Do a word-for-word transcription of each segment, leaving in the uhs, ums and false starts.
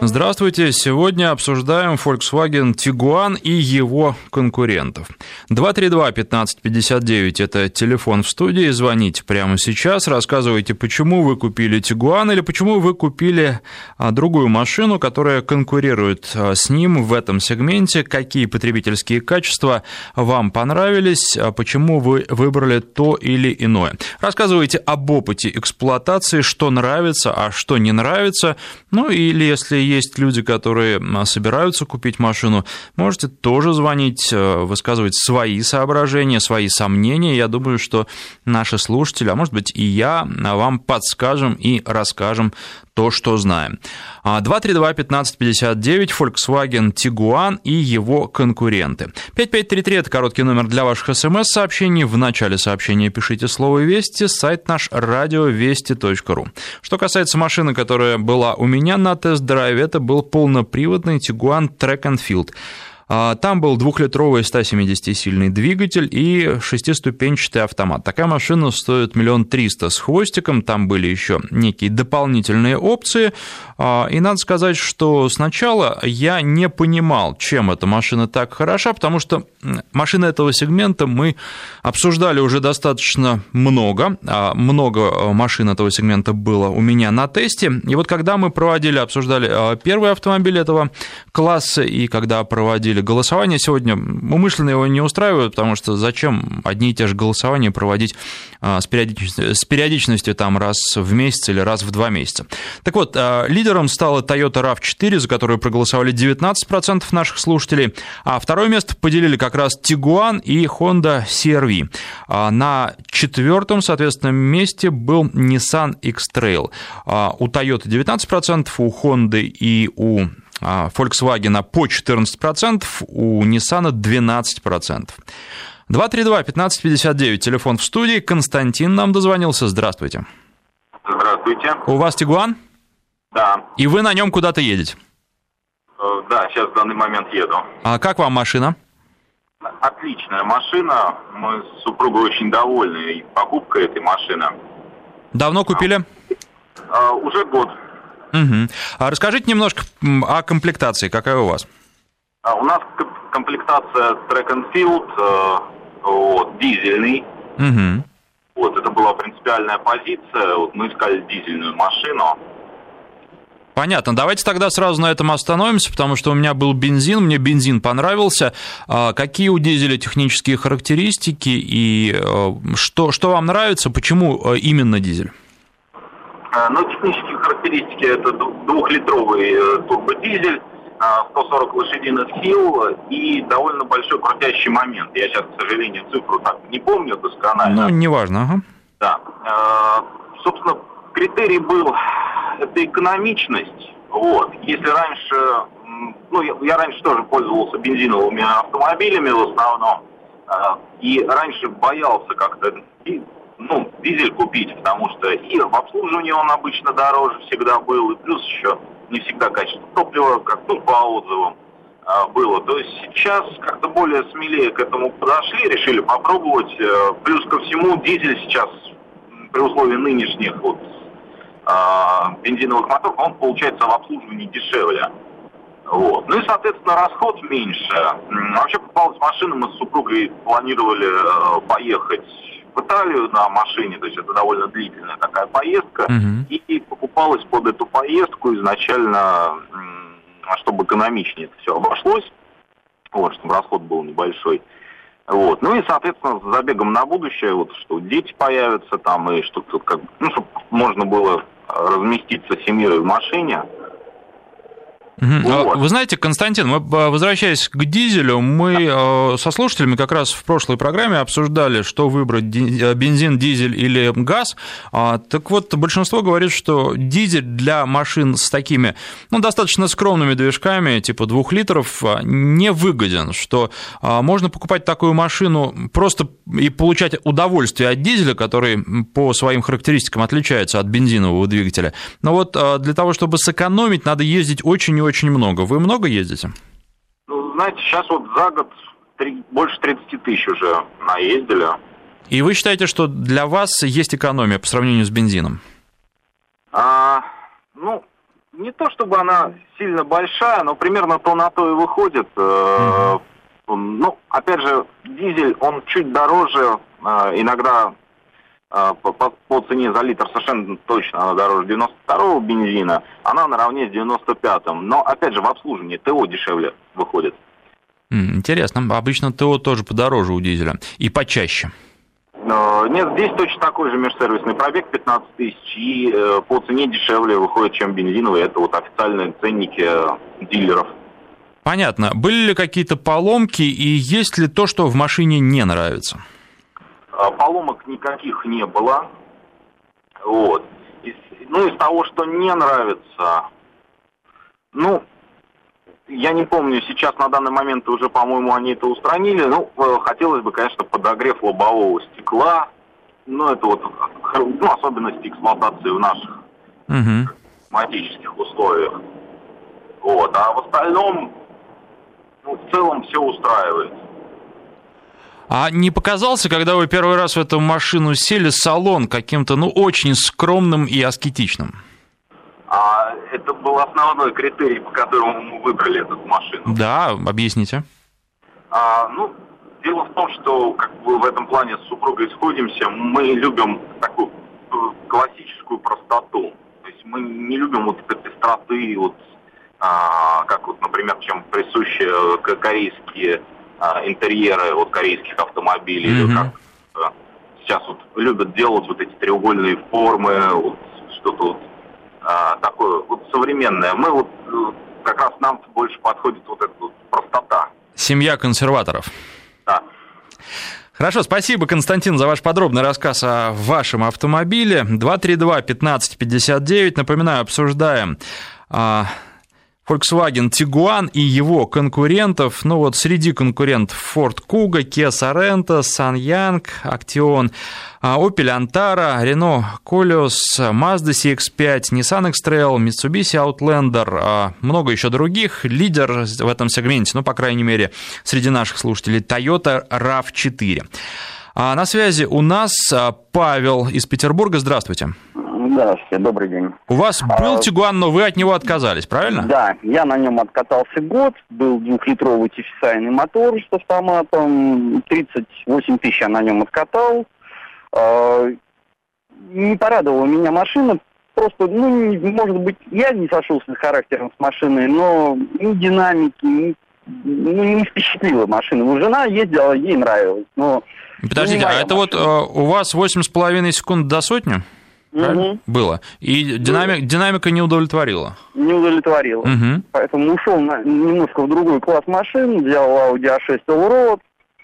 Здравствуйте. Сегодня обсуждаем Volkswagen Tiguan и его конкурентов. два три два пятнадцать пятьдесят девять – это телефон в студии. Звоните прямо сейчас, рассказывайте, почему вы купили Tiguan или почему вы купили другую машину, которая конкурирует с ним в этом сегменте, какие потребительские качества вам понравились, почему вы выбрали то или иное. Рассказывайте об опыте эксплуатации, что нравится, а что не нравится. Ну или если есть люди, которые собираются купить машину, можете тоже звонить, высказывать свои соображения, свои сомнения. Я думаю, что наши слушатели, а может быть и я, вам подскажем и расскажем то, что знаем. два три два пятнадцать пятьдесят девять, Volkswagen Tiguan и его конкуренты. пять пять три три – это короткий номер для ваших смс-сообщений. В начале сообщения пишите слово «Вести», сайт наш радиовести точка ру. Что касается машины, которая была у меня на тест-драйве, это был полноприводный Tiguan Track and Field. Там был двухлитровый сто семидесятисильный двигатель и шестиступенчатый автомат. Такая машина стоит миллион триста с хвостиком, там были еще некие дополнительные опции. И надо сказать, что сначала я не понимал, чем эта машина так хороша, потому что машины этого сегмента мы обсуждали уже достаточно много. Много машин этого сегмента было у меня на тесте. И вот когда мы проводили, обсуждали первый автомобиль этого класса, и когда проводили голосование сегодня, умышленно его не устраивают, потому что зачем одни и те же голосования проводить с периодичностью, с периодичностью там раз в месяц или раз в два месяца. Так вот, лидером стала Toyota рав четыре, за которую проголосовали девятнадцать процентов наших слушателей, а второе место поделили как раз Tiguan и Honda си ар ви. На четвертом, соответственно, месте был Nissan X-Trail. У Toyota девятнадцать процентов, у Honda и у Volkswagen по четырнадцать процентов, у Nissan двенадцать процентов. два три два пятнадцать пятьдесят девять, телефон в студии. Константин нам дозвонился. Здравствуйте. Здравствуйте. У вас Tiguan? Да. И вы на нем куда-то едете? Да, сейчас в данный момент еду. А как вам машина? Отличная машина. Мы с супругой очень довольны покупкой этой машины. Давно купили? А, уже год. Угу. А расскажите немножко о комплектации, какая у вас? А у нас комплектация Track and Field, э, вот, дизельный. Угу. Вот, это была принципиальная позиция. Вот, мы искали дизельную машину. Понятно. Давайте тогда сразу на этом остановимся, потому что у меня был бензин, мне бензин понравился. А какие у дизеля технические характеристики и что, что вам нравится, почему именно дизель? Ну, технические характеристики – это двухлитровый турбодизель, сто сорок лошадиных сил и довольно большой крутящий момент. Я сейчас, к сожалению, цифру так не помню досконально. Ну, неважно, ага. Да. Собственно, критерий был – это экономичность. Вот. Если раньше, ну, я, я раньше тоже пользовался бензиновыми автомобилями в основном, и раньше боялся как-то, ну, дизель купить, потому что и в обслуживании он обычно дороже всегда был, и плюс еще не всегда качество топлива, как, ну, по отзывам было. То есть сейчас как-то более смелее к этому подошли, решили попробовать. Плюс ко всему дизель сейчас при условии нынешних вот бензиновых моторов, он получается в обслуживании дешевле. Вот. Ну и, соответственно, расход меньше. Вообще попалась машина, мы с супругой планировали поехать в Италию на машине, то есть это довольно длительная такая поездка, uh-huh. и покупалась под эту поездку изначально, чтобы экономичнее это все обошлось, вот, чтобы расход был небольшой. Вот. Ну и, соответственно, с забегом на будущее, вот, что дети появятся там, и что-то как, ну, чтобы можно было разместиться семьей в машине. Угу. Вот. Вы знаете, Константин, мы, возвращаясь к дизелю, мы со слушателями как раз в прошлой программе обсуждали, что выбрать, бензин, дизель или газ. Так вот, большинство говорит, что дизель для машин с такими, ну, достаточно скромными движками, типа двух литров, не выгоден, что можно покупать такую машину просто и получать удовольствие от дизеля, который по своим характеристикам отличается от бензинового двигателя. Но вот для того, чтобы сэкономить, надо ездить очень и очень много. Вы много ездите? Ну, знаете, сейчас вот за год три, больше тридцати тысяч уже наездили. И вы считаете, что для вас есть экономия по сравнению с бензином? А, ну, не то чтобы она сильно большая, но примерно то на то и выходит. Mm-hmm. Ну, опять же, дизель, он чуть дороже, иногда по, по, по цене за литр совершенно точно она дороже девяносто второго бензина, она наравне с девяносто пятым. Но, опять же, в обслуживании ТО дешевле выходит. Интересно. Обычно ТО тоже подороже у дизеля и почаще. Нет, здесь точно такой же межсервисный пробег, пятнадцать тысяч, и по цене дешевле выходит, чем бензиновый. Это вот официальные ценники дилеров. Понятно. Были ли какие-то поломки, и есть ли то, что в машине не нравится? Поломок никаких не было. Вот. Из, ну, из того, что не нравится, ну, я не помню, сейчас на данный момент уже, по-моему, они это устранили. Ну, хотелось бы, конечно, подогрев лобового стекла. Ну, это вот, ну, особенности эксплуатации в наших угу. климатических условиях. Вот. А в остальном, ну, в целом все устраивает. А не показался, когда вы первый раз в эту машину сели, салон каким-то, ну, очень скромным и аскетичным? А это был основной критерий, по которому мы выбрали эту машину. Да, объясните. А, ну, дело в том, что как бы в этом плане с супругой сходимся, мы любим такую классическую простоту. То есть мы не любим вот этой пестроты, вот, а, как вот, например, чем присущи корейские а, интерьеры вот корейских автомобилей. Mm-hmm. Как а, сейчас вот любят делать вот эти треугольные формы, вот что-то вот а, такое вот современное. Мы вот как раз нам больше подходит вот эта вот простота. Семья консерваторов. Да. Хорошо, спасибо, Константин, за ваш подробный рассказ о вашем автомобиле. два три два пятнадцать пятьдесят девять. Напоминаю, обсуждаем а, Volkswagen Tiguan и его конкурентов. Ну вот среди конкурентов Ford Kuga, Kia Sorento, Sanyang, Action, Opel Antara, Renault Koleos, Mazda си икс пять, Nissan X-Trail, Mitsubishi Outlander, много еще других. Лидер в этом сегменте, ну, по крайней мере, среди наших слушателей, Toyota рав четыре. А на связи у нас Павел из Петербурга. Здравствуйте. Здравствуйте, добрый день. У вас был Tiguan, но вы от него отказались, правильно? Да, я на нем откатался год, был двухлитровый ти эф эс ай-ный мотор с автоматом, тридцать восемь тысяч я на нем откатал. Не порадовала меня машина, просто, ну, может быть, я не сошелся с характером с машиной, но ни динамики, ни, ну, не впечатлила машина. Ну, жена ездила, ей нравилось, но... Подождите, а это машина. Вот у вас восемь с половиной секунд до сотни? Угу. Было. И динамик, динамика не удовлетворила? Не удовлетворила. Угу. Поэтому ушел на, немножко в другой класс машин, взял Audi а шесть Allroad.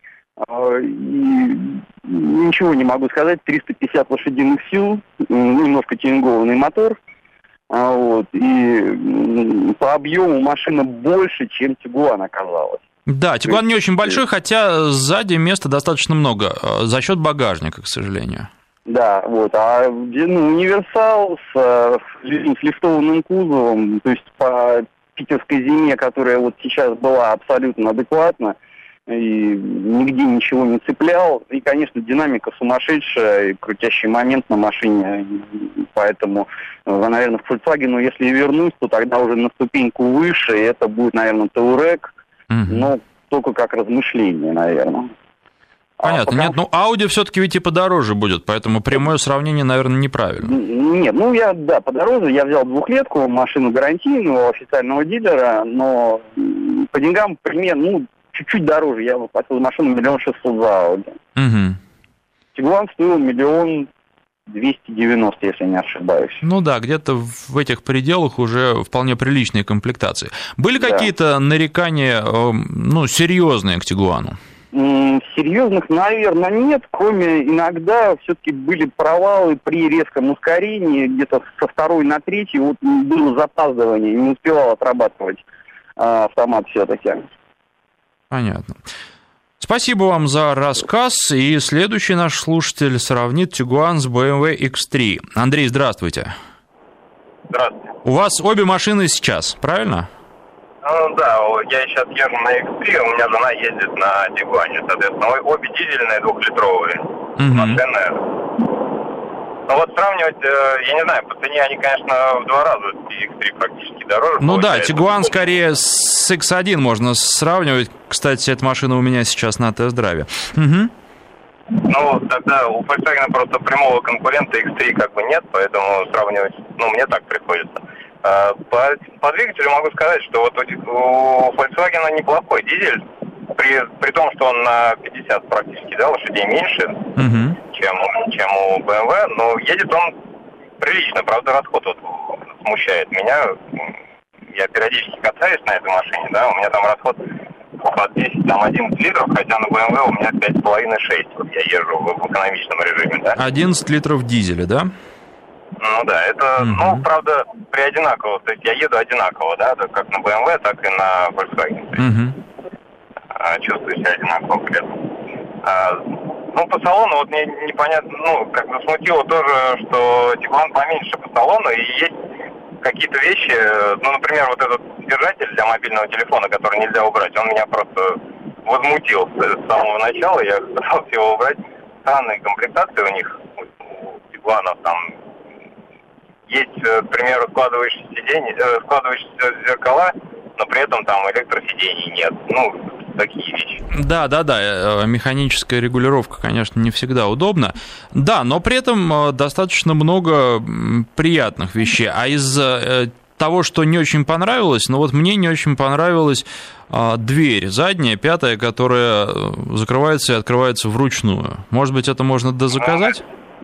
И ничего не могу сказать. триста пятьдесят лошадиных сил, немножко тюнингованный мотор. Вот. И по объему машина больше, чем Tiguan оказалась. Да, Tiguan не очень большой, хотя сзади места достаточно много, за счет багажника, к сожалению. Да, вот, а ну, универсал с, с лифтованным кузовом, то есть по питерской зиме, которая вот сейчас была абсолютно адекватна, и нигде ничего не цеплял, и, конечно, динамика сумасшедшая, и крутящий момент на машине, поэтому, наверное, в Volkswagen, если я вернусь, то тогда уже на ступеньку выше, и это будет, наверное, Touareg, угу. но только как размышление, наверное. Понятно. А пока... Нет, ну Audi все-таки ведь и подороже будет, поэтому прямое сравнение, наверное, неправильно. Нет, ну я, да, подороже. Я взял двухлетку, машину гарантийную, официального дилера, но по деньгам примерно, ну, чуть-чуть дороже. Я выплатил машину миллион шестьсот за Audi. Угу. Tiguan стоил миллион двести девяносто, если не ошибаюсь. Ну да, где-то в этих пределах уже вполне приличные комплектации. Были да. какие-то нарекания, ну, серьезные к Tiguan? Серьезных, наверное, нет, кроме иногда все-таки были провалы при резком ускорении, где-то со второй на третий, вот было запаздывание, не успевал отрабатывать а, автомат все-таки. Понятно. Спасибо вам за рассказ, и следующий наш слушатель сравнит Tiguan с бэ эм вэ икс три. Андрей, здравствуйте. Здравствуйте. У вас обе машины сейчас, правильно? Ну да, я сейчас езжу на икс три, у меня жена ездит на Tiguan, соответственно, обе дизельные, двухлитровые. Угу. Машины Ну вот сравнивать, я не знаю, по цене они, конечно, в два раза икс три практически дороже. Ну получается. да, Tiguan скорее с икс один можно сравнивать. Кстати, эта машина у меня сейчас на тест-драйве. Угу. Ну, тогда у Volkswagen просто прямого конкурента икс три как бы нет, поэтому сравнивать, ну, мне так приходится. По, по двигателю могу сказать, что вот у, у Volkswagen неплохой дизель, при, при том, что он на пятьдесят практически, да, лошадей меньше, uh-huh. чем, чем у бэ эм вэ, но едет он прилично, правда, расход вот смущает меня. Я периодически катаюсь на этой машине, да, у меня там расход под десять, там одиннадцать литров, хотя на бэ эм вэ у меня пять с половиной - шесть, вот я езжу в, в экономичном режиме, да. одиннадцать литров дизеля, да? Ну да, это, mm-hmm. ну, правда, при одинаково, то есть я еду одинаково, да, как на бэ эм вэ, так и на Volkswagen. То есть, mm-hmm. чувствую себя одинаково при этом. А, ну, по салону, вот мне непонятно, ну, как бы смутило тоже, что Tiguan поменьше по салону, и есть какие-то вещи, ну, например, вот этот держатель для мобильного телефона, который нельзя убрать, он меня просто возмутил с самого начала, я пытался его убрать. Странные комплектации у них, у Tiguan'ов там. Есть, к примеру, складывающиеся сиденья, складывающиеся зеркала, но при этом там электросидений нет. Ну, такие вещи. Да, да, да. Механическая регулировка, конечно, не всегда удобна. Да, но при этом достаточно много приятных вещей. А из того, что не очень понравилось, ну вот мне не очень понравилась дверь задняя, пятая, которая закрывается и открывается вручную. Может быть, это можно дозаказать?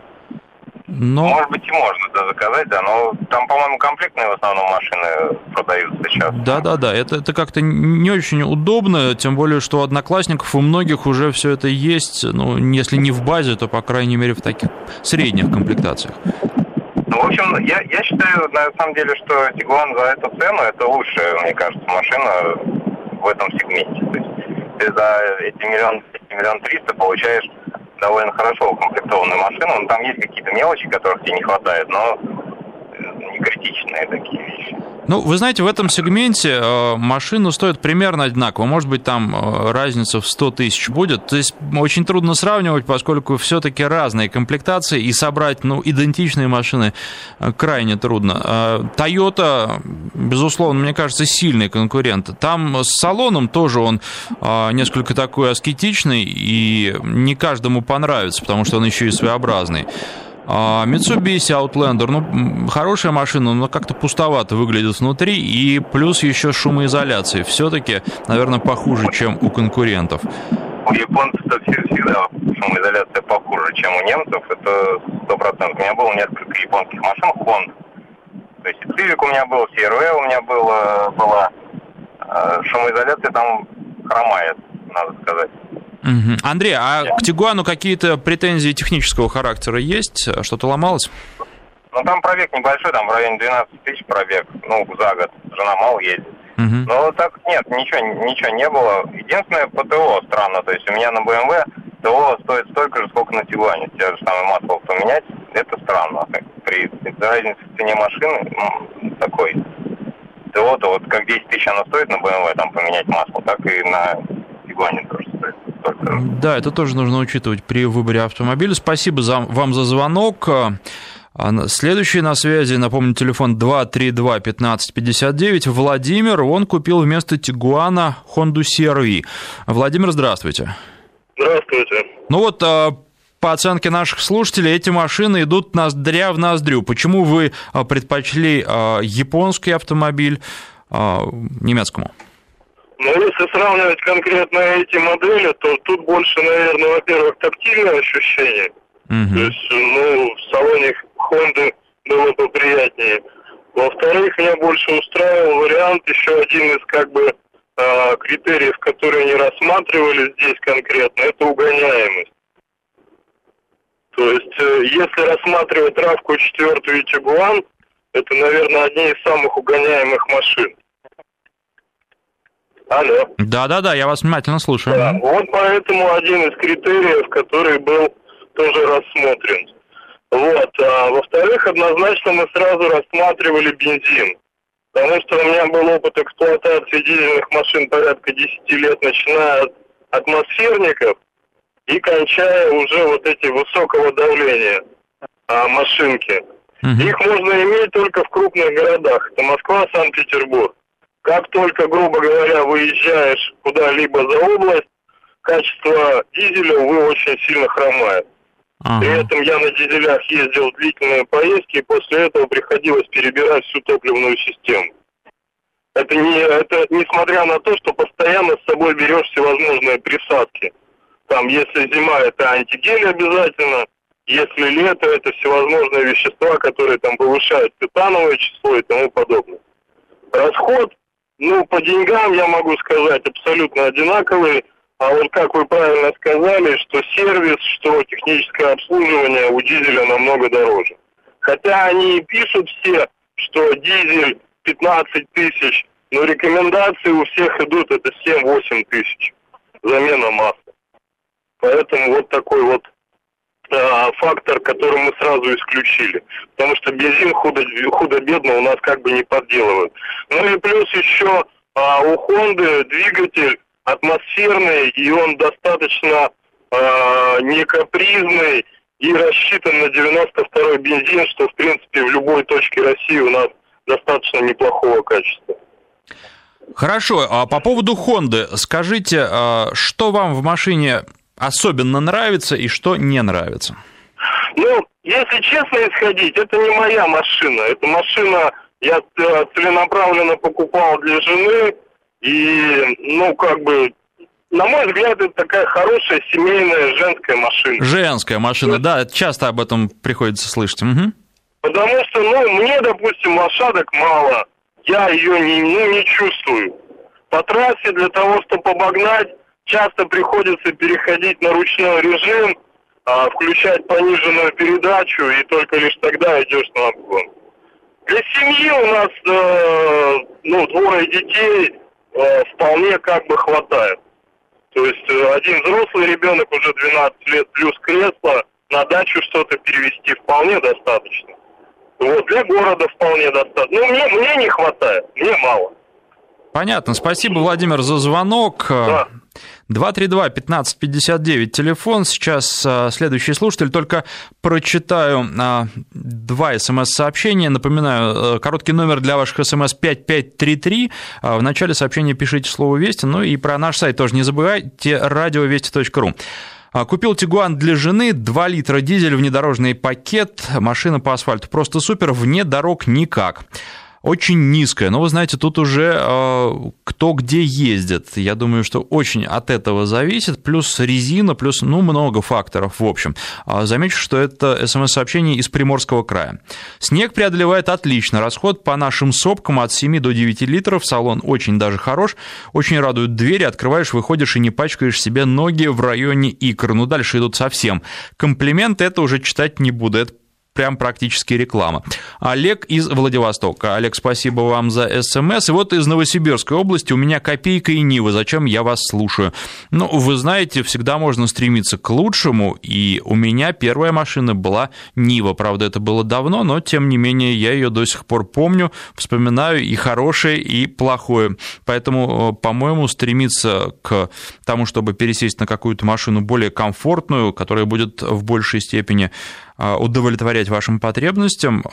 Но... Может быть, и можно, да, заказать, да, но там, по-моему, комплектные в основном машины продаются сейчас. Да-да-да, это, это как-то не очень удобно, тем более, что у одноклассников у многих уже все это есть, ну, если не в базе, то, по крайней мере, в таких средних комплектациях. Ну, в общем, я, я считаю, на самом деле, что Tiguan за эту цену, это лучшая, мне кажется, машина в этом сегменте. То есть ты за эти миллион, эти миллион триста получаешь довольно хорошо укомплектованную машину. Ну, там есть какие-то мелочи, которых тебе не хватает, но не критичные такие вещи. Ну, вы знаете, в этом сегменте э, машина стоит примерно одинаково. Может быть, там э, разница в сто тысяч будет. То есть очень трудно сравнивать, поскольку все-таки разные комплектации, и собрать, ну, идентичные машины э, крайне трудно. Э, Toyota, безусловно, мне кажется, сильный конкурент. Там с салоном тоже он э, несколько такой аскетичный, и не каждому понравится, потому что он еще и своеобразный. Mitsubishi Outlander, ну, хорошая машина, но как-то пустовато выглядит внутри, и плюс еще шумоизоляция. Все-таки, наверное, похуже, чем у конкурентов. У японцев-то всегда шумоизоляция похуже, чем у немцев, это сто процентов. У меня было несколько японских машин, Honda. То есть и Civic у меня был, си ар ви у меня было, была. Шумоизоляция там хромает, надо сказать. Угу. Андрей, а к Tiguan'у какие-то претензии технического характера есть? Что-то ломалось? Ну, там пробег небольшой, там в районе двенадцать тысяч пробег, ну, за год. Жена мало ездит. Угу. Но так нет, ничего, ничего не было. Единственное, по ТО странно. То есть у меня на бэ эм вэ ТО стоит столько же, сколько на Tiguan'е. Те же самые масла поменять, это странно. При разнице в цене машины, ну, такой ТО, то вот как десять тысяч она стоит на бэ эм вэ, там поменять масло, так и на Tiguan'е тоже стоит. Да, это тоже нужно учитывать при выборе автомобиля. Спасибо за, вам за звонок. Следующий на связи, напомню, телефон два три два пятнадцать пятьдесят девять. Владимир, он купил вместо Tiguan'а Honda си ар ви. Владимир, здравствуйте. Здравствуйте. Ну вот, по оценке наших слушателей, эти машины идут ноздря в ноздрю. Почему вы предпочли японский автомобиль немецкому? Ну, если сравнивать конкретно эти модели, то тут больше, наверное, во-первых, тактильное ощущение. Uh-huh. То есть, ну, в салоне Honda было бы приятнее. Во-вторых, меня больше устраивал вариант, еще один из, как бы, э, критериев, которые не рассматривали здесь конкретно, это угоняемость. То есть, э, если рассматривать равку четвертую и Tiguan, это, наверное, одни из самых угоняемых машин. Алло. Да-да-да, я вас внимательно слушаю. Да, вот поэтому один из критериев, который был тоже рассмотрен. Вот. А во-вторых, однозначно мы сразу рассматривали бензин. Потому что у меня был опыт эксплуатации дизельных машин порядка десять лет, начиная от атмосферников и кончая уже вот эти высокого давления а, машинки. Uh-huh. Их можно иметь только в крупных городах. Это Москва, Санкт-Петербург. Как только, грубо говоря, выезжаешь куда-либо за область, качество дизеля, увы, очень сильно хромает. Uh-huh. При этом я на дизелях ездил в длительные поездки, и после этого приходилось перебирать всю топливную систему. Это, не, это несмотря на то, что постоянно с собой берешь всевозможные присадки. Там, если зима, это антигель обязательно, если лето, это всевозможные вещества, которые там повышают титановое число и тому подобное. Расход, ну, по деньгам, я могу сказать, абсолютно одинаковый. А вот как вы правильно сказали, что сервис, что техническое обслуживание у дизеля намного дороже. Хотя они и пишут все, что дизель пятнадцать тысяч, но рекомендации у всех идут это семь-восемь тысяч. Замена масла. Поэтому вот такой вот а, фактор, который мы сразу исключили. Потому что бензин худо, худо-бедно у нас как бы не подделывают. Ну и плюс еще а, у Honda двигатель атмосферный, и он достаточно э, не капризный и рассчитан на девяносто второй бензин, что, в принципе, в любой точке России у нас достаточно неплохого качества. Хорошо, а по поводу Honda, скажите, что вам в машине особенно нравится и что не нравится? Ну, если честно исходить, это не моя машина. Эта машина я целенаправленно покупал для жены. И, ну, как бы, на мой взгляд, это такая хорошая семейная женская машина. Женская машина, да, часто об этом приходится слышать. Угу. Потому что, ну, мне, допустим, лошадок мало, я ее не, ну, не чувствую. По трассе для того, чтобы обогнать, часто приходится переходить на ручной режим, а, включать пониженную передачу, и только лишь тогда идешь на обгон. Для семьи у нас, э, ну, двое детей, вполне как бы хватает. То есть один взрослый ребенок уже двенадцать лет плюс кресло, на дачу что-то перевезти вполне достаточно. Вот, для города вполне достаточно. Ну, мне, мне не хватает, мне мало. Понятно. Спасибо, Владимир, за звонок. Да. два три два пятнадцать пятьдесят девять телефон. Сейчас а, следующий слушатель. Только прочитаю а, два смс-сообщения. Напоминаю, а, короткий номер для ваших смс пять пять три три. А, в начале сообщения пишите слово «Вести». Ну и про наш сайт тоже не забывайте. радиовести точка ру. Купил Тигуан для жены, два литра дизель, внедорожный пакет. Машина по асфальту просто супер, вне дорог никак. Очень низкая, но вы знаете, тут уже э, кто где ездит. Я думаю, что очень от этого зависит. Плюс резина, плюс, ну, много факторов в общем. Э, замечу, что это смс-сообщение из Приморского края. Снег преодолевает отлично. Расход по нашим сопкам от семи до девяти литров. Салон очень даже хорош. Очень радуют двери. Открываешь, выходишь и не пачкаешь себе ноги в районе икр. Ну, дальше идут совсем комплименты. Это уже читать не буду. Это прям практически реклама. Олег из Владивостока. Олег, спасибо вам за СМС. И вот из Новосибирской области у меня Копейка и Нива. Зачем я вас слушаю? Ну, вы знаете, всегда можно стремиться к лучшему, и у меня первая машина была Нива. Правда, это было давно, но, тем не менее, я ее до сих пор помню, вспоминаю и хорошее, и плохое. Поэтому, по-моему, стремиться к тому, чтобы пересесть на какую-то машину более комфортную, которая будет в большей степени удовлетворять вашим потребностям,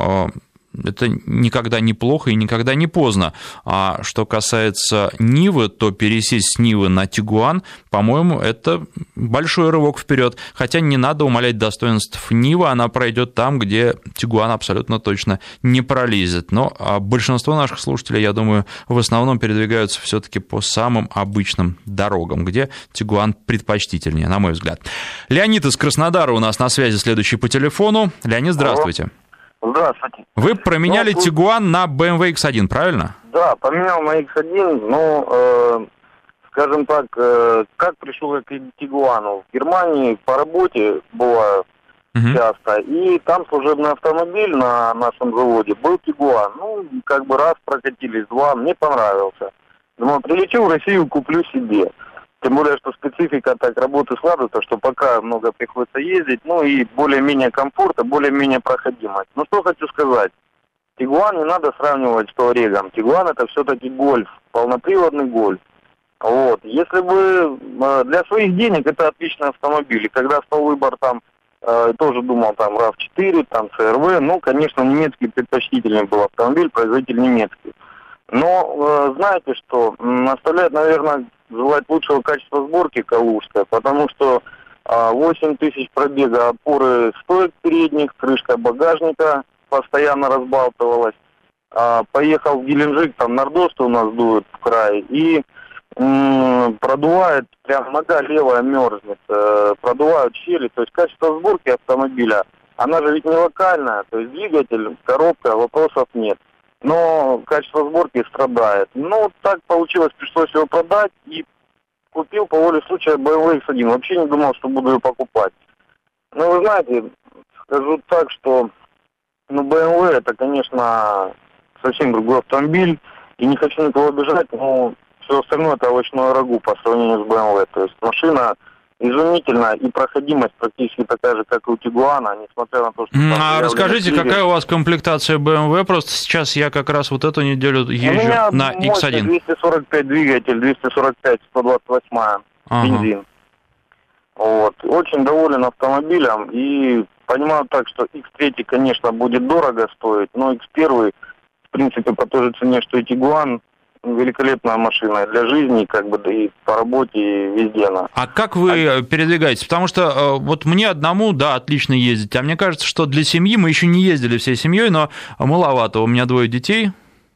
это никогда не плохо и никогда не поздно. А что касается Нивы, то пересесть с Нивы на Тигуан, по-моему, это большой рывок вперед. Хотя не надо умалять достоинств Нивы, она пройдет там, где Тигуан абсолютно точно не пролезет. Но большинство наших слушателей, я думаю, в основном передвигаются все-таки по самым обычным дорогам, где Тигуан предпочтительнее, на мой взгляд. Леонид из Краснодара у нас на связи, следующий по телефону. Леонид, здравствуйте. Здравствуйте. Вы променяли ну, Тигуан на бэ эм вэ икс один, правильно? Да, поменял на икс один, но, э, скажем так, э, как пришел я к Тигуану? В Германии по работе бываю uh-huh. часто, и там служебный автомобиль на нашем заводе был Тигуан. Ну, как бы раз прокатились, два, мне понравился. Думаю, прилечу в Россию, куплю себе. Тем более, что специфика так работы складывается, что пока много приходится ездить, ну и более-менее комфорта, более-менее проходимость. Ну что хочу сказать. Тигуан не надо сравнивать с Туарегом. Тигуан это все-таки гольф, полноприводный гольф. Вот. Если бы для своих денег это отличный автомобиль. И когда стал выбор там тоже думал там рав четыре, там си эр ви, ну, конечно, немецкий предпочтительный был автомобиль, производитель немецкий. Но знаете что, оставляет, наверное, желать лучшего качества сборки калужская, потому что восемь тысяч пробега, опоры стоек передних, крышка багажника постоянно разбалтывалась. Поехал в Геленджик, там нордосты у нас дуют в край, и м- продувает, прям нога левая мерзнет, э, продувают щели. То есть качество сборки автомобиля, она же ведь не локальная, то есть двигатель, коробка, вопросов нет. Но качество сборки страдает. Ну, так получилось, пришлось его продать, и купил по воле случая бэ эм вэ икс один. Вообще не думал, что буду ее покупать. Ну, вы знаете, скажу так, что ну, бэ эм вэ это, конечно, совсем другой автомобиль, и не хочу никого обижать, но все остальное это овощное рагу по сравнению с бэ эм вэ. То есть машина изумительная, и проходимость практически такая же, как и у Тигуана, несмотря на то, что... А расскажите, какая у вас комплектация бэ эм вэ? Просто сейчас я как раз вот эту неделю езжу на икс один. двести сорок пять двигатель, двести сорок пять сто двадцать восемь ага. бензин. Вот. Очень доволен автомобилем, и понимаю так, что икс три, конечно, будет дорого стоить, но икс один, в принципе, по той же цене, что и Тигуан, великолепная машина для жизни, как бы, да и по работе, и везде она. А как вы а... передвигаетесь? Потому что вот мне одному, да, отлично ездить, а мне кажется, что для семьи, мы еще не ездили всей семьей, но маловато, у меня двое детей.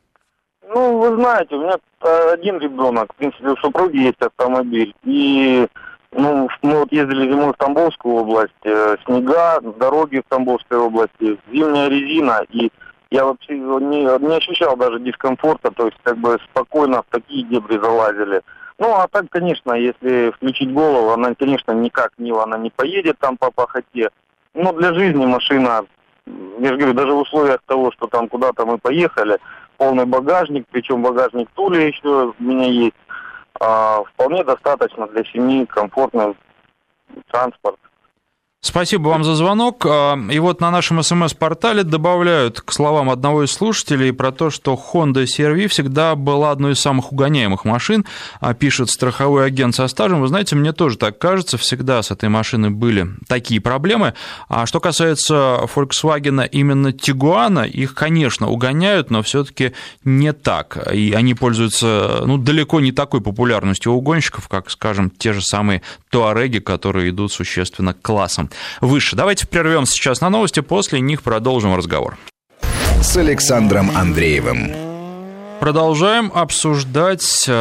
Ну, вы знаете, у меня один ребенок, в принципе, у супруги есть автомобиль, и ну, мы вот ездили зимой в Тамбовскую область, снега, дороги в Тамбовской области, зимняя резина, и я вообще не, не ощущал даже дискомфорта, то есть как бы спокойно в такие дебри залазили. Ну, а так, конечно, если включить голову, она, конечно, никак Нива, она не поедет там по пахоте. Но для жизни машина, я же говорю, даже в условиях того, что там куда-то мы поехали, полный багажник, причем багажник Тули еще у меня есть, а, вполне достаточно для семьи, комфортный транспорт. Спасибо вам за звонок. И вот на нашем СМС-портале добавляют к словам одного из слушателей про то, что Honda си эр ви всегда была одной из самых угоняемых машин, пишет страховой агент со стажем. Вы знаете, мне тоже так кажется, всегда с этой машиной были такие проблемы. А что касается Volkswagen именно Тигуана, их, конечно, угоняют, но все-таки не так. И они пользуются, ну, далеко не такой популярностью у угонщиков, как, скажем, те же самые Туареги, которые идут существенно классом выше. Давайте прервемся сейчас на новости, после них продолжим разговор. С Александром Андреевым. Продолжаем обсуждать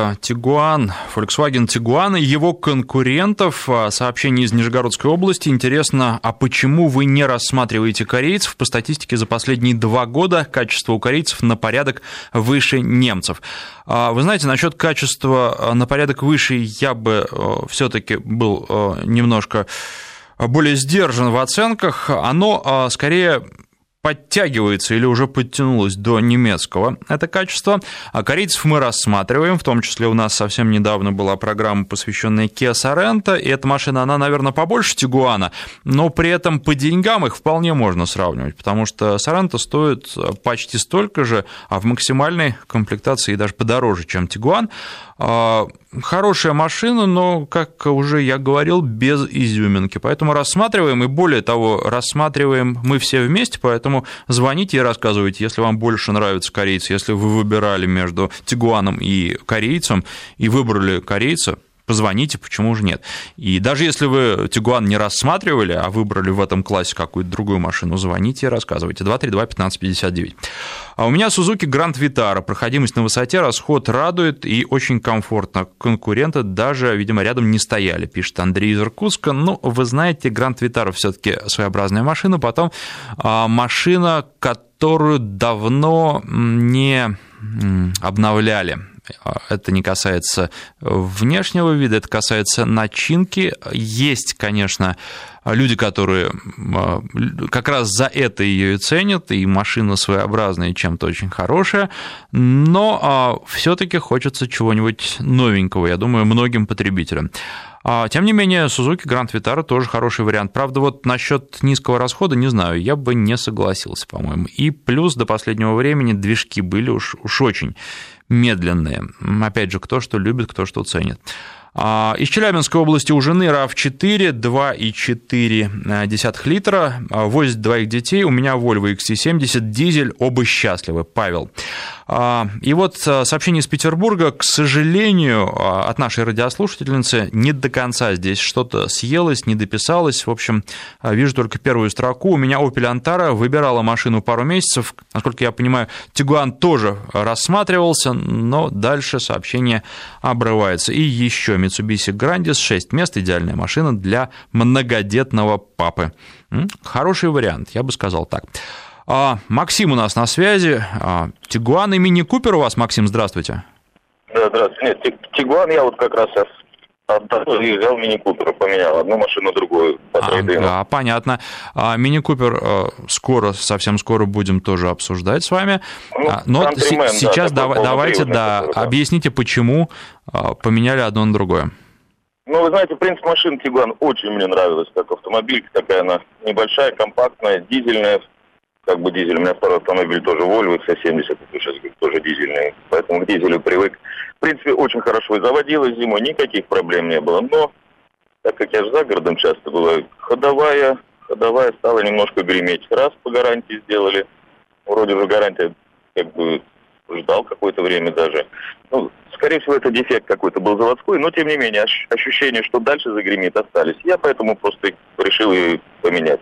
Тигуан, Volkswagen Тигуан и его конкурентов. Сообщение из Нижегородской области. Интересно, а почему вы не рассматриваете корейцев? По статистике за последние два года качество у корейцев на порядок выше немцев. Вы знаете, насчет качества на порядок выше я бы все-таки был немножко более сдержан в оценках. Оно скорее подтягивается или уже подтянулось до немецкого, это качество. А корейцев мы рассматриваем, в том числе у нас совсем недавно была программа, посвященная Kia Sorento, и эта машина, она, наверное, побольше Тигуана, но при этом по деньгам их вполне можно сравнивать, потому что Sorento стоит почти столько же, а в максимальной комплектации даже подороже, чем Тигуан. Хорошая машина, но, как уже я говорил, без изюминки. Поэтому рассматриваем, и более того, рассматриваем мы все вместе, поэтому звоните и рассказывайте, если вам больше нравятся корейцы, если вы выбирали между Тигуаном и корейцем, и выбрали корейца, позвоните, почему же нет. И даже если вы Тигуан не рассматривали, а выбрали в этом классе какую-то другую машину, звоните и рассказывайте. два три два пятнадцать пятьдесят девять. А у меня Suzuki Grand Vitara. Проходимость на высоте, расход радует и очень комфортно. Конкуренты даже, видимо, рядом не стояли, пишет Андрей из Иркутска. Ну, вы знаете, Grand Vitara все-таки своеобразная машина. Потом машина, которую давно не обновляли. Это не касается внешнего вида, это касается начинки. Есть, конечно, люди, которые как раз за это ее и ценят, и машина своеобразная, и чем-то очень хорошая, но все-таки хочется чего-нибудь новенького, я думаю, многим потребителям. Тем не менее, Suzuki Grand Vitara тоже хороший вариант. Правда, вот насчет низкого расхода, не знаю, я бы не согласился, по-моему. И плюс до последнего времени движки были уж, уж очень медленные. Опять же, кто что любит, кто что ценит. Из Челябинской области у жены рав четыре, два и четыре десятых литра, возит двоих детей, у меня Volvo икс си семьдесят, дизель, оба счастливы, Павел. И вот сообщение из Петербурга, к сожалению, от нашей радиослушательницы, не до конца здесь что-то съелось, не дописалось, в общем, вижу только первую строку. У меня Opel Antara, выбирала машину пару месяцев, насколько я понимаю, Tiguan тоже рассматривался, но дальше сообщение обрывается. И еще Mitsubishi Grandis, шесть мест, идеальная машина для многодетного папы. Хороший вариант, я бы сказал так. Максим у нас на связи. Tiguan и Mini Cooper у вас, Максим, здравствуйте. Да, здравствуйте. Нет, Tiguan я вот как раз сейчас отдал и взял Mini Cooper, поменял одну машину на другую по трейдину. А, понятно. Mini Cooper скоро, совсем скоро будем тоже обсуждать с вами. Ну, но с- сейчас да, дав- давайте да, который, да. объясните, почему поменяли одно на другое. Ну, вы знаете, принцип машины Tiguan очень мне нравилась, как автомобиль, такая она небольшая, компактная, дизельная. Как бы дизель, у меня второй автомобиль тоже Volvo икс си семьдесят, сейчас тоже дизельный, поэтому к дизелю привык. В принципе, очень хорошо и заводилась зимой, никаких проблем не было, но так как я же за городом часто бываю, ходовая, ходовая стала немножко греметь. Раз по гарантии сделали, вроде же гарантия как бы ждал какое-то время даже. Ну, скорее всего, это дефект какой-то был заводской, но тем не менее ощущения, что дальше загремит, остались. Я поэтому просто решил ее поменять.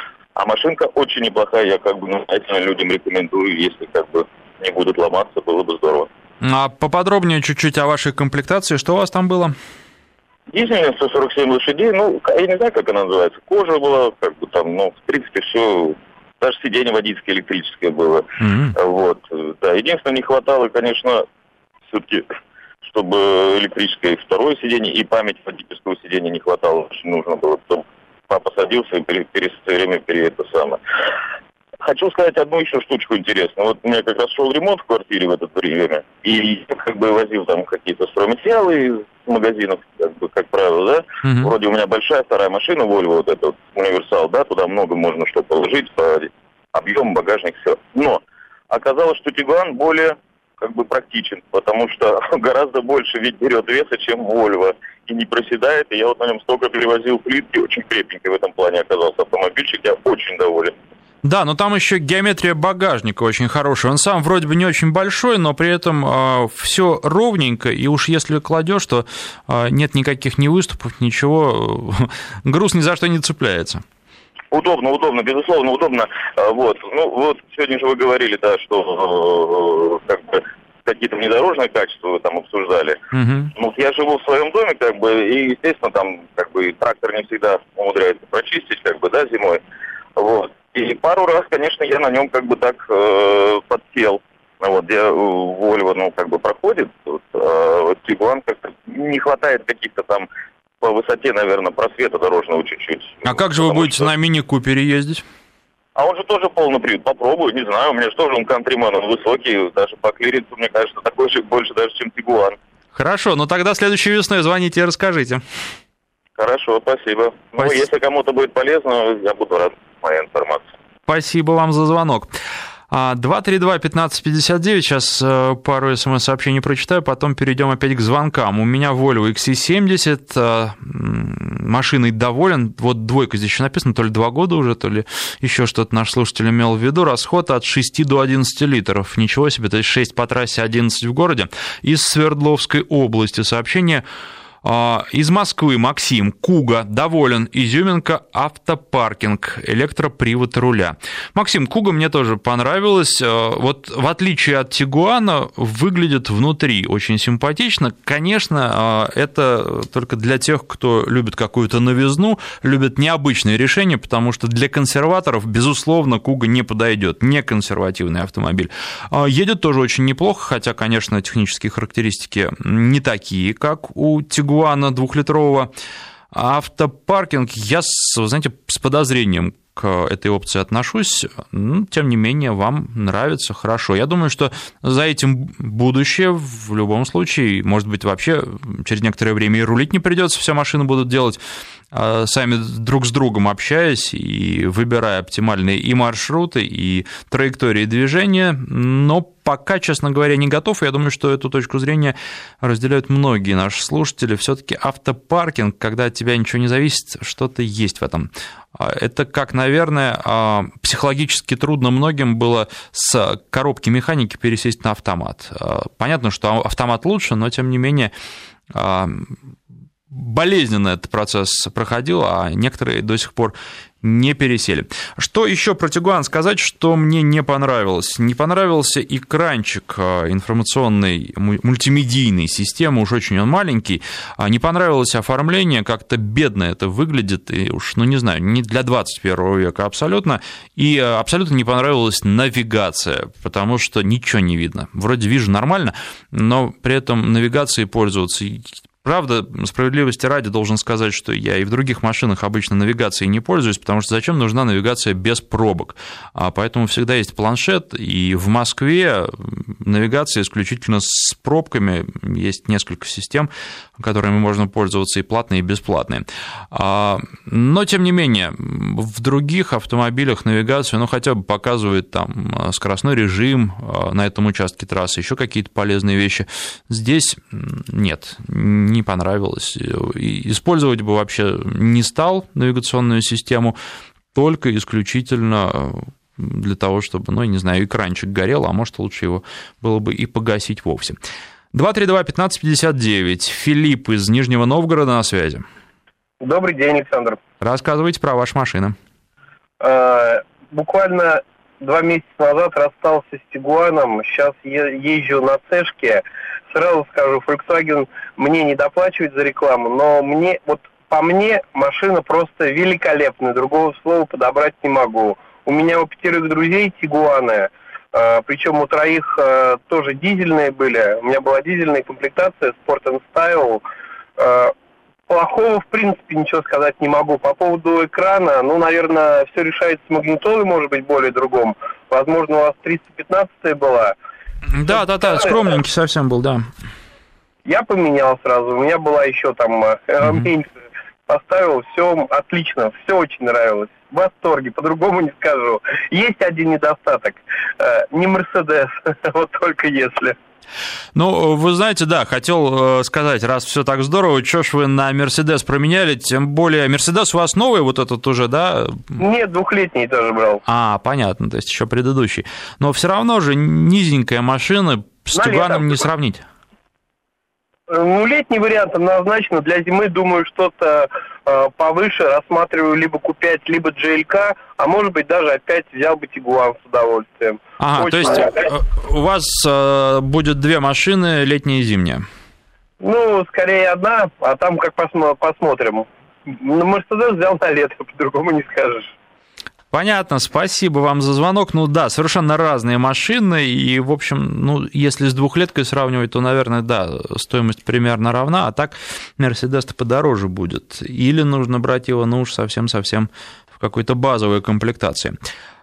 А машинка очень неплохая, я как бы настоятельно людям рекомендую, если как бы не будут ломаться, было бы здорово. А поподробнее чуть-чуть о вашей комплектации, что у вас там было? Дизельная, сто сорок семь лошадей, ну, я не знаю, как она называется, кожа была, как бы там, ну, в принципе, все, даже сиденье водительское электрическое было, mm-hmm. вот, да, единственное, не хватало, конечно, все-таки, чтобы электрическое второе сиденье и память водительского сиденья не хватало, очень нужно было, потом папа садился и пере, пере, все время пере это самое. Хочу сказать одну еще штучку интересную. Вот у меня как раз шел ремонт в квартире в это время, и я как бы возил там какие-то стройматериалы из магазинов, как бы, как правило, да. Mm-hmm. Вроде у меня большая вторая машина, Volvo, вот эта вот, универсал, да, туда много можно что положить, по объему, багажник, все. Но оказалось, что Tiguan более как бы практичен, потому что гораздо больше ведь берет веса, чем Volvo, и не проседает, и я вот на нем столько перевозил плитки, очень крепенький в этом плане оказался автомобильчик, я очень доволен. Да, но там еще геометрия багажника очень хорошая. Он сам вроде бы не очень большой, но при этом э, все ровненько, и уж если кладешь, то э, нет никаких ни выступов, ничего, э, груз ни за что не цепляется. Удобно, удобно, безусловно, удобно. Вот, ну вот сегодня же вы говорили, да, что э, как бы какие-то внедорожные качества вы там обсуждали. Uh-huh. Ну, я живу в своем доме, как бы, и, естественно, там, как бы, трактор не всегда умудряется прочистить, как бы, да, зимой. Вот. И пару раз, конечно, я на нем, как бы, так э, подсел. Вот, где Volvo, ну, как бы, проходит. Вот, э, Tiguan как-то не хватает каких-то там по высоте, наверное, просвета дорожного чуть-чуть. А как же вы будете что... на мини-купере ездить? А он же тоже полный привод. Попробую, не знаю. У меня же тоже он кантриман, он высокий. Даже по клиренсу, мне кажется, такой же больше даже, чем Tiguan. Хорошо, ну тогда следующей весной звоните и расскажите. Хорошо, спасибо. спасибо. Ну, если кому-то будет полезно, я буду рад моей информации. Спасибо вам за звонок. два три два пятнадцать пятьдесят девять, сейчас пару смс-сообщений прочитаю, потом перейдем опять к звонкам. У меня Volvo икс си семьдесят, машиной доволен, вот двойка здесь еще написано, то ли два года уже, то ли еще что-то наш слушатель имел в виду, расход от шести до одиннадцати литров, ничего себе, то есть шесть по трассе, одиннадцать в городе. Из Свердловской области сообщение... Из Москвы Максим, Куга, доволен, изюминка, автопаркинг, электропривод руля. Максим, Куга мне тоже понравилась, вот в отличие от Тигуана выглядит внутри очень симпатично. Конечно, это только для тех, кто любит какую-то новизну, любит необычные решения, потому что для консерваторов, безусловно, Куга не подойдет, не консервативный автомобиль. Едет тоже очень неплохо, хотя, конечно, технические характеристики не такие, как у Тигуана. Двухлитрового. Автопаркинг, я, знаете, с подозрением к этой опции отношусь, но, тем не менее, вам нравится, хорошо. Я думаю, что за этим будущее в любом случае, может быть, вообще через некоторое время и рулить не придется, все машины будут делать сами друг с другом общаясь и выбирая оптимальные и маршруты, и траектории движения, но пока, честно говоря, не готов. Я думаю, что эту точку зрения разделяют многие наши слушатели. Все-таки автопаркинг, когда от тебя ничего не зависит, что-то есть в этом. Это как, наверное, психологически трудно многим было с коробки механики пересесть на автомат. Понятно, что автомат лучше, но тем не менее болезненно этот процесс проходил, а некоторые до сих пор не пересели. Что еще про Тигуан сказать, что мне не понравилось? Не понравился экранчик информационной мультимедийной системы, уж очень он маленький. Не понравилось оформление, как-то бедно это выглядит, и уж, ну не знаю, не для двадцать первого века абсолютно. И абсолютно не понравилась навигация, потому что ничего не видно. Вроде вижу нормально, но при этом навигацией пользоваться... Правда, справедливости ради должен сказать, что я и в других машинах обычно навигацией не пользуюсь, потому что зачем нужна навигация без пробок? А поэтому всегда есть планшет, и в Москве навигация исключительно с пробками, есть несколько систем, которыми можно пользоваться и платные, и бесплатные. Но, тем не менее, в других автомобилях навигацию, ну, хотя бы показывает там скоростной режим на этом участке трассы, еще какие-то полезные вещи. Здесь нет, не понравилось. Использовать бы вообще не стал навигационную систему, только исключительно для того, чтобы, ну, не знаю, экранчик горел, а может, лучше его было бы и погасить вовсе. два три два пятнадцать пятьдесят девять. Филипп из Нижнего Новгорода на связи. Добрый день, Александр. Рассказывайте про вашу машину. А, буквально два месяца назад расстался с Тигуаном, сейчас езжу на Цешке. Сразу скажу, Volkswagen мне не доплачивает за рекламу, но мне, вот по мне, машина просто великолепная, другого слова подобрать не могу. У меня у пятерых друзей Тигуаны, э, причем у троих э, тоже дизельные были. У меня была дизельная комплектация Sport and Style. Э, плохого, в принципе, ничего сказать не могу. По поводу экрана, ну, наверное, все решается с магнитолой, может быть, более другом. Возможно, у вас триста пятнадцатая была. Да, да, да, скромненький совсем был, да. Я поменял сразу, у меня была еще там э, меньше, поставил, все отлично, все очень нравилось. В восторге, по-другому не скажу. Есть один недостаток, э, не Мерседес, вот только если. Ну, вы знаете, да, хотел сказать, раз все так здорово, что ж вы на Мерседес променяли, тем более, Мерседес у вас новый вот этот уже, да? Нет, двухлетний тоже брал. А, понятно, то есть еще предыдущий. Но все равно же низенькая машина, с Тигуаном не сравнить. Ну, летний вариант однозначно, для зимы, думаю, что-то э, повыше рассматриваю либо кью пять, либо джи эл кей, а может быть даже опять взял бы Тигуан с удовольствием. Ага, очень то есть нравится. У вас э, будет две машины, летняя и зимняя? Ну, скорее одна, а там как посмо- посмотрим. Мерседес взял на лето, по-другому не скажешь. Понятно, спасибо вам за звонок. Ну да, совершенно разные машины, и, в общем, ну, если с двухлеткой сравнивать, то, наверное, да, стоимость примерно равна, а так Мерседес-то подороже будет. Или нужно брать его, ну уж совсем-совсем в какой-то базовой комплектации.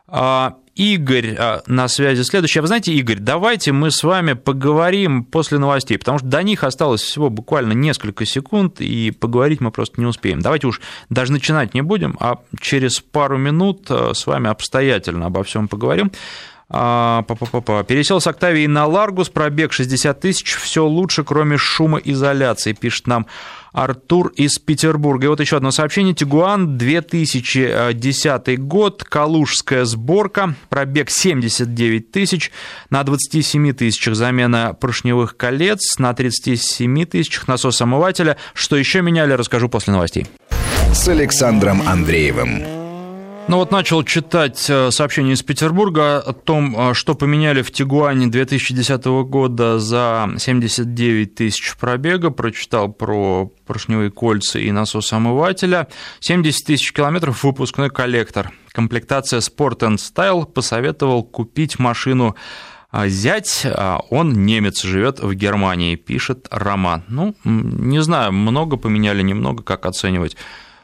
Игорь на связи следующий. А вы знаете, Игорь, давайте мы с вами поговорим после новостей, потому что до них осталось всего буквально несколько секунд, и поговорить мы просто не успеем. Давайте уж даже начинать не будем, а через пару минут с вами обстоятельно обо всем поговорим. Па-па-па-па. Пересел с Октавии на Ларгус, пробег шестьдесят тысяч, все лучше, кроме шумоизоляции, пишет нам Артур из Петербурга. И вот еще одно сообщение. Тигуан, две тысячи десятый год, калужская сборка, пробег семьдесят девять тысяч, на двадцати семи тысячах замена поршневых колец, на тридцати семи тысячах насос омывателя. Что еще меняли, расскажу после новостей. С Александром Андреевым. Ну вот начал читать сообщение из Петербурга о том, что поменяли в Тигуане две тысячи десятого года за семьдесят девять тысяч пробега. Прочитал про поршневые кольца и насос омывателя. семьдесят тысяч километров, выпускной коллектор. Комплектация Sport and Style. Посоветовал купить машину зять, он немец, живет в Германии, пишет Роман. Ну, не знаю, много поменяли, немного, как оценивать.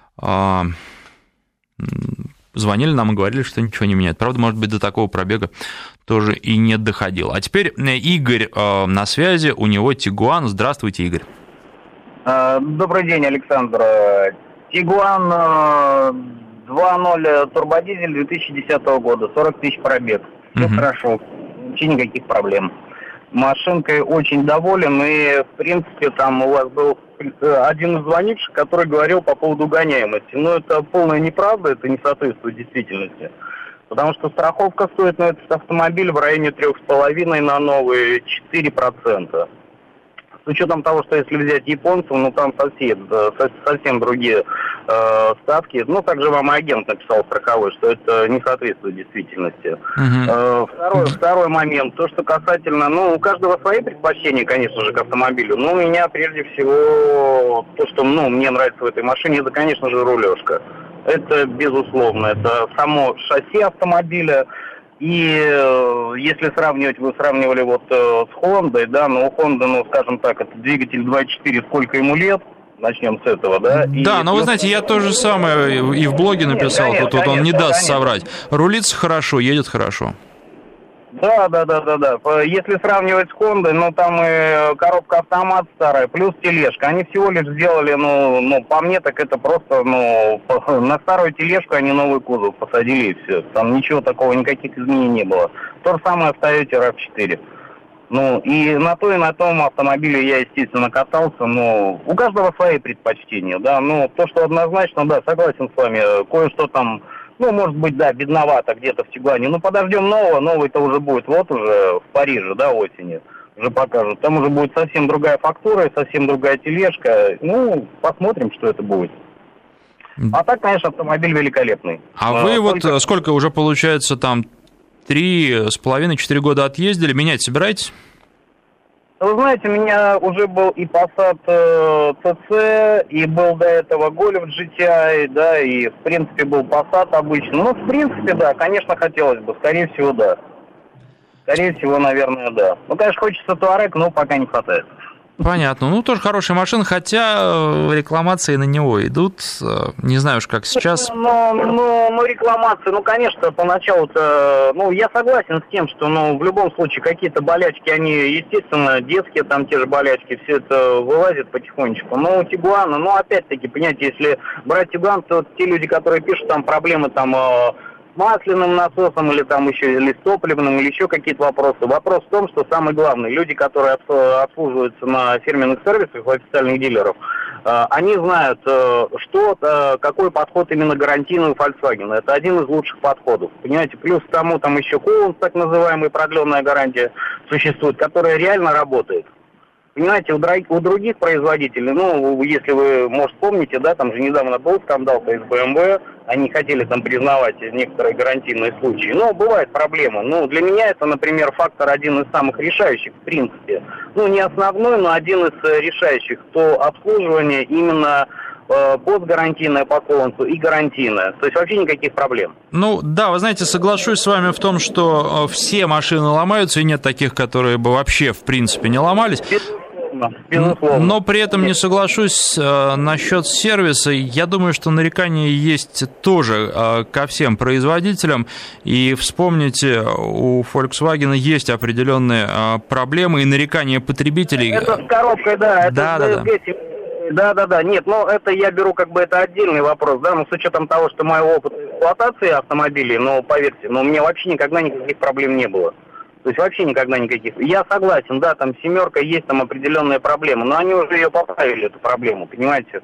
Звонили нам и говорили, что ничего не меняет. Правда, может быть, до такого пробега тоже и не доходило. А теперь Игорь на связи, у него Тигуан. Здравствуйте, Игорь. Добрый день, Александр. Тигуан два ноль турбодизель две тысячи десятого года, сорок тысяч пробег. Все угу. Хорошо. вообще никаких проблем. Машинкой очень доволен, и, в принципе, там у вас был один из звонивших, который говорил по поводу угоняемости. Но это полная неправда, это не соответствует действительности. Потому что страховка стоит на этот автомобиль в районе трех с половиной на новый четыре процента. С учетом того, что если взять японцев, ну там совсем, совсем другие э, ставки. Ну, также вам и агент написал страховой, что это не соответствует действительности. Uh-huh. Э, второй, второй момент, то, что касательно, ну, у каждого свои предпочтения, конечно же, к автомобилю. Но у меня прежде всего то, что, ну, мне нравится в этой машине, это, конечно же, рулежка. Это безусловно, это само шасси автомобиля. И э, если сравнивать, вы сравнивали вот э, с Хондой, да, ну у Хонды, ну скажем так, это двигатель два и четыре, сколько ему лет, начнем с этого, да. И да, но вы знаете, я то же самое и в блоге написал, нет, конечно, вот, вот он не конечно, даст конечно. соврать. Рулится хорошо, едет хорошо. Да, да, да, да, да. Если сравнивать с Хондой, ну там и коробка автомат старая, плюс тележка. Они всего лишь сделали, ну, ну, по мне, так это просто, ну, на старую тележку они новый кузов посадили и все. Там ничего такого, никаких изменений не было. То же самое в Toyota рав четыре. Ну, и на то, и на том автомобиле я, естественно, катался, но у каждого свои предпочтения, да. Ну, то, что однозначно, да, согласен с вами, кое-что там... Ну, может быть, да, бедновато где-то в Тигуане. Ну, подождем нового, новый-то уже будет вот уже в Париже, да, осенью. Уже покажут. Там уже будет совсем другая фактура, совсем другая тележка. Ну, посмотрим, что это будет. А так, конечно, автомобиль великолепный. А вы а, вот только... сколько уже, получается, там, три с половиной-четыре года отъездили, менять собираетесь? Вы знаете, у меня уже был и Passat э, си си, и был до этого Golf джи ти ай, да, и, в принципе, был Passat обычный. Ну, в принципе, да, конечно, хотелось бы, скорее всего, да. Скорее всего, наверное, да. Ну, конечно, хочется Touareg, но пока не хватает. Понятно. Ну, тоже хорошая машина, хотя рекламации на него идут. Не знаю уж, как сейчас. Ну, ну, ну рекламации, ну, конечно, поначалу-то... Ну, я согласен с тем, что, ну, в любом случае, какие-то болячки, они, естественно, детские, там те же болячки, все это вылазит потихонечку. Но у Тигуана, ну, опять-таки, понимаете, если брать Тигуан, то те люди, которые пишут, там, проблемы, там... масляным насосом или там еще или с топливным, или еще какие-то вопросы. Вопрос в том, что самый главный, люди, которые обслуживаются на фирменных сервисах у официальных дилеров, они знают, что, какой подход именно гарантийный у Volkswagen. Это один из лучших подходов. Понимаете, плюс к тому там еще Coolants, так называемая продленная гарантия, существует, которая реально работает. Понимаете, у, дорог... у других производителей, ну, если вы, может, помните, да, там же недавно был скандал с бэ эм вэ, они хотели там признавать некоторые гарантийные случаи. Но бывает проблема. Ну, для меня это, например, фактор один из самых решающих, в принципе. Ну, не основной, но один из решающих, то обслуживание именно э, постгарантийное по Коллансу и гарантийное. То есть вообще никаких проблем. Ну, да, вы знаете, соглашусь с вами в том, что все машины ломаются, и нет таких, которые бы вообще, в принципе, не ломались. Безусловно. Но при этом не соглашусь э, насчет сервиса. Я думаю, что нарекания есть тоже э, ко всем производителям. И вспомните, у Volkswagen есть определенные э, проблемы и нарекания потребителей. Это с коробкой, да. Это да, да, да. Да, да, да. Нет, ну это я беру как бы это отдельный вопрос, да, но с учетом того, что мой опыт эксплуатации автомобилей, ну, поверьте, ну, у меня вообще никогда никаких проблем не было. То есть вообще никогда никаких. Я согласен, да, там семерка есть, там определенные проблемы, но они уже ее поправили, эту проблему, понимаете?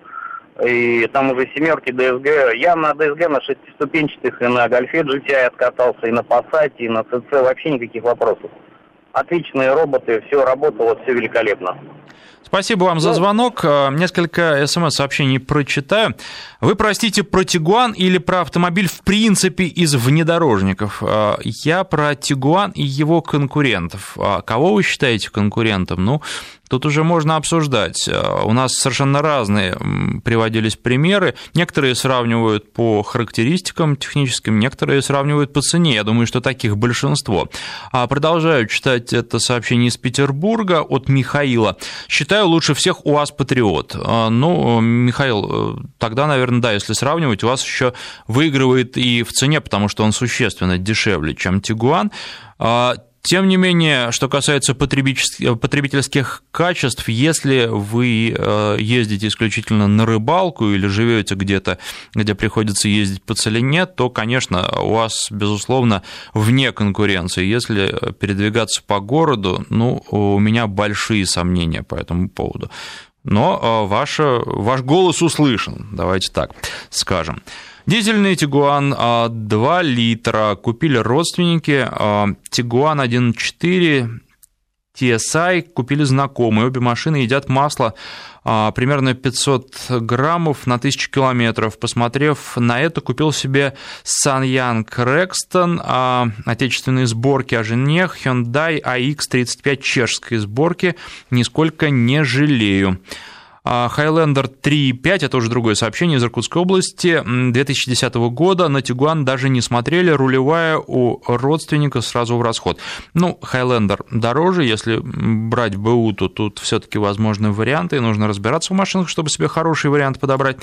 И там уже семерки, ди эс джи. Я на ди эс джи, на шестиступенчатых и на Golf джи ти ай откатался, и на Passat, и на си си, вообще никаких вопросов. Отличные роботы, все работало, все великолепно. Спасибо вам за звонок. Несколько смс-сообщений прочитаю. Вы простите, про Тигуан или про автомобиль в принципе из внедорожников? Я про Тигуан и его конкурентов. Кого вы считаете конкурентом? Ну, тут уже можно обсуждать. У нас совершенно разные приводились примеры. Некоторые сравнивают по характеристикам техническим, некоторые сравнивают по цене. Я думаю, что таких большинство. Продолжаю читать это сообщение из Петербурга от Михаила. Считаю лучше всех УАЗ Патриот. Ну, Михаил, тогда, наверное, да, если сравнивать, УАЗ еще выигрывает и в цене, потому что он существенно дешевле, чем Тигуан. Тем не менее, что касается потребительских, потребительских качеств, если вы ездите исключительно на рыбалку или живете где-то, где приходится ездить по целине, то, конечно, у вас, безусловно, вне конкуренции. Если передвигаться по городу, ну, у меня большие сомнения по этому поводу. Но ваш, ваш голос услышан, давайте так скажем. Дизельный Тигуан два литра купили родственники, Тигуан один четыре ти эс ай купили знакомые. Обе машины едят масло примерно пятьсот граммов на тысячу километров. Посмотрев на это, купил себе Sanyang Rexton отечественной сборки, о жене Hyundai эй икс тридцать пять чешской сборки. Нисколько не жалею. Highlander три и пять, это уже другое сообщение, из Иркутской области, две тысячи десятого года, на Тигуан даже не смотрели, рулевая у родственника сразу в расход. Ну, Highlander дороже, если брать БУ, то тут все-таки возможны варианты, и нужно разбираться в машинах, чтобы себе хороший вариант подобрать.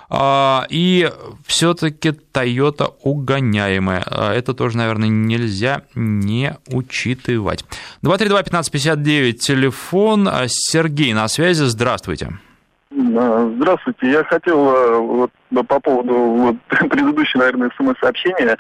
И все-таки Toyota угоняемая, это тоже, наверное, нельзя не учитывать. два три два пятнадцать пятьдесят девять, телефон, Сергей на связи, здравствуйте. Здравствуйте, я хотел вот, по поводу вот, предыдущего, наверное, смс-сообщения.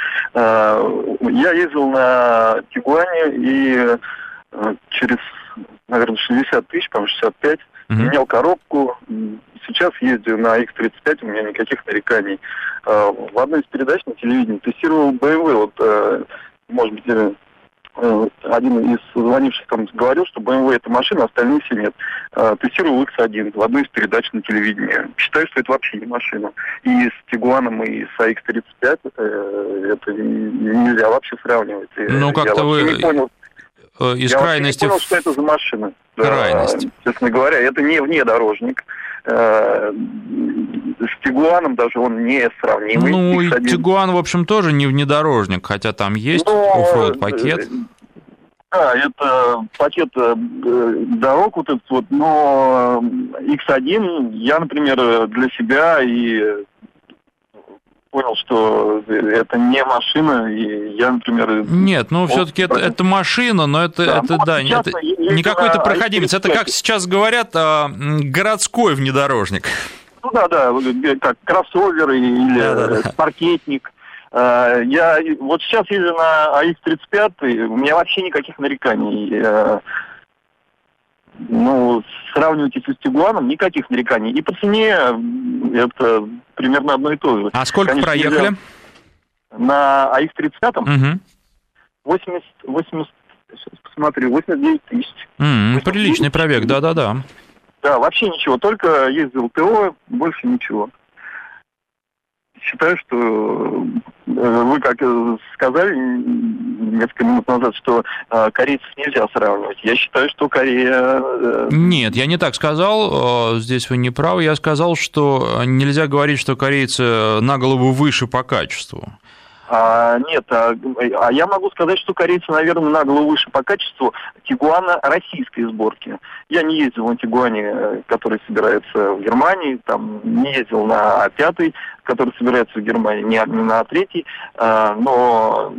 Я ездил на Тигуане и через, наверное, шестьдесят тысяч, по-моему, шестьдесят пять, uh-huh. менял коробку. Сейчас ездил на икс тридцать пять, у меня никаких нареканий. В одной из передач на телевидении тестировал бэ эм вэ, вот, может быть, один из звонивших там говорил, что бэ эм вэ это машина, остальные все нет. Тестировал икс один в одной из передач на телевидении. Считаю, что это вообще не машина. И с Тигуаном, и с икс тридцать пять это, это нельзя вообще сравнивать. Ну, как-то вы не понял, из я крайности... не понял, что это за машина. Крайность. Да, честно говоря, это не внедорожник. С Тигуаном даже он не сравнимый. Ну, и Тигуан, в общем, тоже не внедорожник, хотя там есть Но... оффроуд-пакет. Да, это пакет дорог вот этот вот, но икс один я, например, для себя и понял, что это не машина, и я, например... Нет, ну, все-таки это, это машина, но это, да, это, да, это не какой-то проходимец, это, как сейчас говорят, городской внедорожник. Ну, да-да, как кроссовер или да, да, да. паркетник. Я вот сейчас езжу на эй икс тридцать пять, у меня вообще никаких нареканий. Ну, сравнивать если с Тигуаном, никаких нареканий. И по цене это примерно одно и то же. А сколько Конечно, проехали? На эй икс тридцать пять угу. восемьдесят, восемьдесят, сейчас посмотрю, восемьдесят девять тысяч. Mm, приличный пробег, да-да-да. Да, вообще ничего, только ездил ТО, больше ничего. Считаю, что вы, как сказали несколько минут назад, что корейцев нельзя сравнивать. Я считаю, что Корея... Нет, я не так сказал, здесь вы не правы. Я сказал, что нельзя говорить, что корейцы на голову выше по качеству. А, нет, а, а я могу сказать, что корейцы, наверное, на голову выше по качеству Тигуана российской сборки. Я не ездил на Тигуане, который собирается в Германии, там не ездил на а пять, который собирается в Германии, не, не на а три, а, но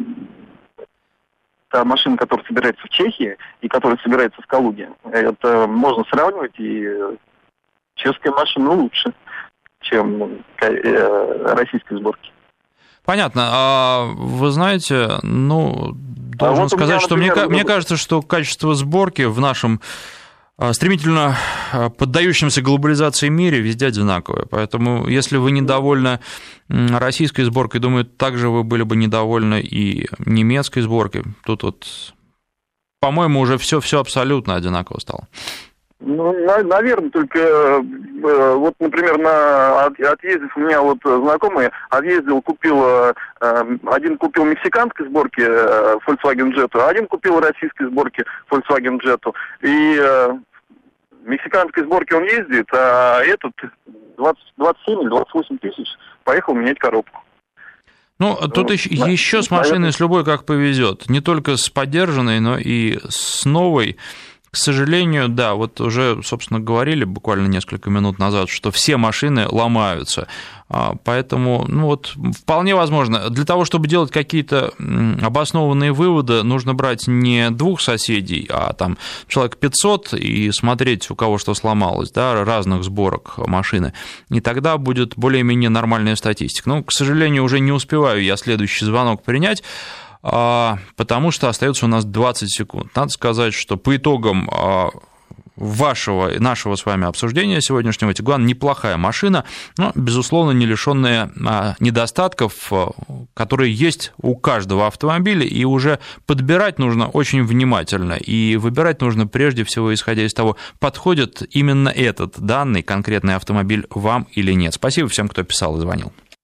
та машина, которая собирается в Чехии и которая собирается в Калуге, это можно сравнивать, и чешская машина лучше, чем российской сборки. Понятно. А вы знаете, ну, должен а вот сказать, меня, что например, мне, мне кажется, что качество сборки в нашем стремительно поддающемся глобализации мире везде одинаковое. Поэтому, если вы недовольны российской сборкой, думаю, также вы были бы недовольны и немецкой сборкой. Тут вот, по-моему, уже все, все абсолютно одинаково стало. Ну, наверное, только вот, например, на отъездив, у меня вот знакомый отъездил, купил, один купил мексиканской сборки Volkswagen Jetta, а один купил российской сборки Volkswagen Jetta. И в мексиканской сборке он ездит, а этот двадцать, двадцать семь или двадцать восемь тысяч поехал менять коробку. Ну, тут ну, еще, да, еще с машиной, с любой как повезет. Не только с подержанной, но и с новой. К сожалению, да, вот уже, собственно, говорили буквально несколько минут назад, что все машины ломаются. Поэтому, ну вот, вполне возможно, для того, чтобы делать какие-то обоснованные выводы, нужно брать не двух соседей, а там человек пятьсот и смотреть, у кого что сломалось, да, разных сборок машины. И тогда будет более-менее нормальная статистика. Но, к сожалению, уже не успеваю я следующий звонок принять, потому что остается у нас двадцать секунд. Надо сказать, что по итогам вашего, нашего с вами обсуждения сегодняшнего Тигуан неплохая машина, но, безусловно, не лишенная недостатков, которые есть у каждого автомобиля, и уже подбирать нужно очень внимательно, и выбирать нужно прежде всего исходя из того, подходит именно этот данный конкретный автомобиль вам или нет. Спасибо всем, кто писал и звонил.